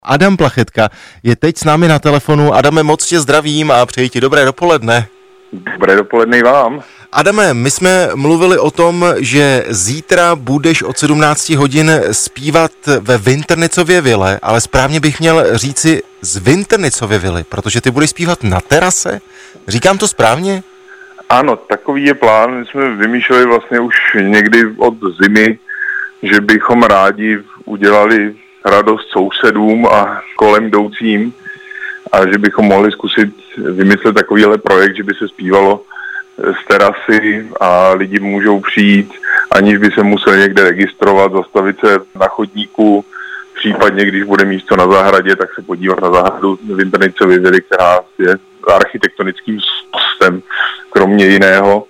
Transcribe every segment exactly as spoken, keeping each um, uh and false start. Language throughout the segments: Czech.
Adam Plachetka je teď s námi na telefonu. Adame, moc tě zdravím a přeji ti dobré dopoledne. Dobré dopoledne i vám. Adame, my jsme mluvili o tom, že zítra budeš od sedmnáct hodin zpívat ve Vinternicově vile, ale správně bych měl říci z Vinternicově vily, protože ty budeš zpívat na terase. Říkám to správně? Ano, takový je plán. My jsme vymýšleli vlastně už někdy od zimy, že bychom rádi udělali radost sousedům a kolem jdoucím a že bychom mohli zkusit vymyslet takovýhle projekt, že by se zpívalo z terasy a lidi můžou přijít, aniž by se museli někde registrovat, zastavit se na chodníku, případně když bude místo na zahradě, tak se podívat na zahradu Vinternicovy vily, která je architektonickým spostem, kromě jiného.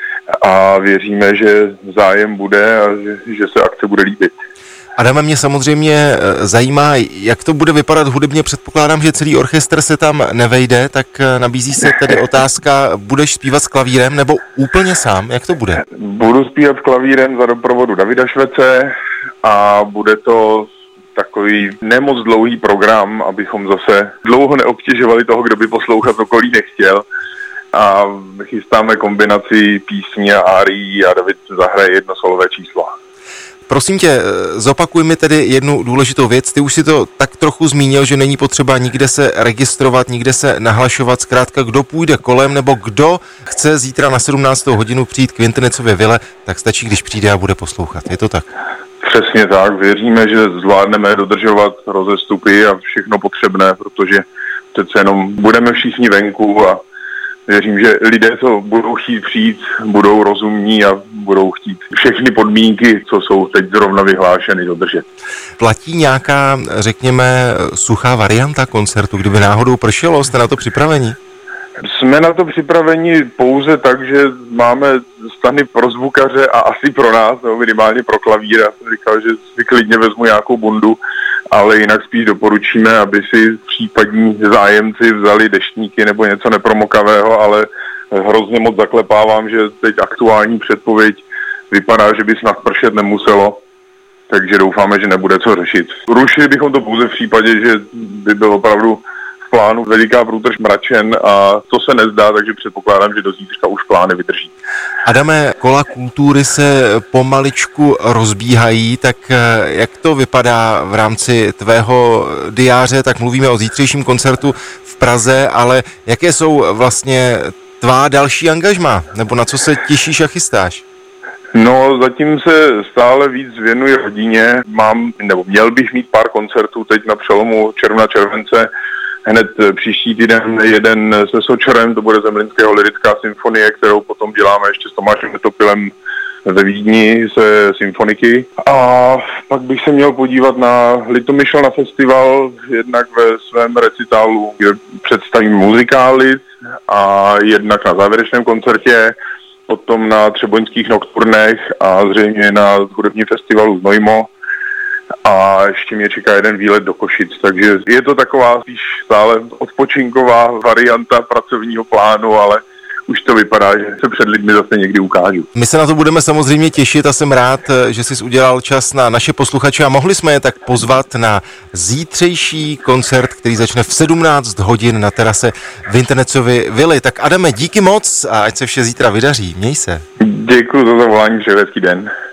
A věříme, že zájem bude a že, že se akce bude líbit. Adame, mě samozřejmě zajímá, jak to bude vypadat hudebně. Předpokládám, že celý orchestr se tam nevejde, tak nabízí se tedy otázka, budeš zpívat s klavírem nebo úplně sám? Jak to bude? Budu zpívat s klavírem za doprovodu Davida Švece a bude to takový nemoc dlouhý program, abychom zase dlouho neobtěžovali toho, kdo by poslouchat okolí nechtěl. A chystáme kombinaci písně a árií a David zahraje jedno solové číslo. Prosím tě, zopakuj mi tedy jednu důležitou věc. Ty už si to tak trochu zmínil, že není potřeba nikde se registrovat, nikde se nahlašovat. Zkrátka, kdo půjde kolem nebo kdo chce zítra na sedmnáctou hodinu přijít k Vinternicově vile, tak stačí, když přijde a bude poslouchat. Je to tak? Přesně tak. Věříme, že zvládneme dodržovat rozestupy a všechno potřebné, protože přece jenom budeme všichni venku a věřím, že lidé, co budou chtít přijít, budou rozumní a budou chtít všechny podmínky, co jsou teď zrovna vyhlášeny, dodržet. Platí nějaká, řekněme, suchá varianta koncertu, kdyby náhodou pršelo? Jste na to připraveni? Jsme na to připraveni pouze tak, že máme stany pro zvukaře a asi pro nás, nebo minimálně pro klavír. Já jsem říkal, že si klidně vezmu nějakou bundu, ale jinak spíš doporučíme, aby si případní zájemci vzali deštníky nebo něco nepromokavého, ale hrozně moc zaklepávám, že teď aktuální předpověď vypadá, že by snad pršet nemuselo, takže doufáme, že nebude co řešit. Rušili bychom to pouze v případě, že by byl opravdu v plánu veliká průtrž mračen a to se nezdá, takže předpokládám, že do zítřka už plány vydrží. Adame, kola kultury se pomaličku rozbíhají, tak jak to vypadá v rámci tvého diáře, tak mluvíme o zítřejším koncertu v Praze, ale jaké jsou vlastně tvá další angažmá, nebo na co se těšíš a chystáš? No, zatím se stále víc věnuji rodině, mám, nebo měl bych mít pár koncertů teď na přelomu června července. Hned příští týden jeden se Sočerem, to bude Zemlinského lyrická symfonie, kterou potom děláme ještě s Tomášem Netopilem ve Vídni se symfoniky. A pak bych se měl podívat na Litomyšl na festival, jednak ve svém recitálu, kde představím muzikály a jednak na závěrečném koncertě, potom na Třeboňských nokturnech a zřejmě na hudebním festivalu Znojmo. A ještě mě čeká jeden výlet do Košic, takže je to taková spíš stále odpočinková varianta pracovního plánu, ale už to vypadá, že se před lidmi zase někdy ukážu. My se na to budeme samozřejmě těšit a jsem rád, že jsi udělal čas na naše posluchače a mohli jsme je tak pozvat na zítřejší koncert, který začne v sedmnáct hodin na terase Vinternicovy vily. Tak Adame, díky moc a ať se vše zítra vydaří. Měj se. Děkuji za zavolání, přeji hezký den.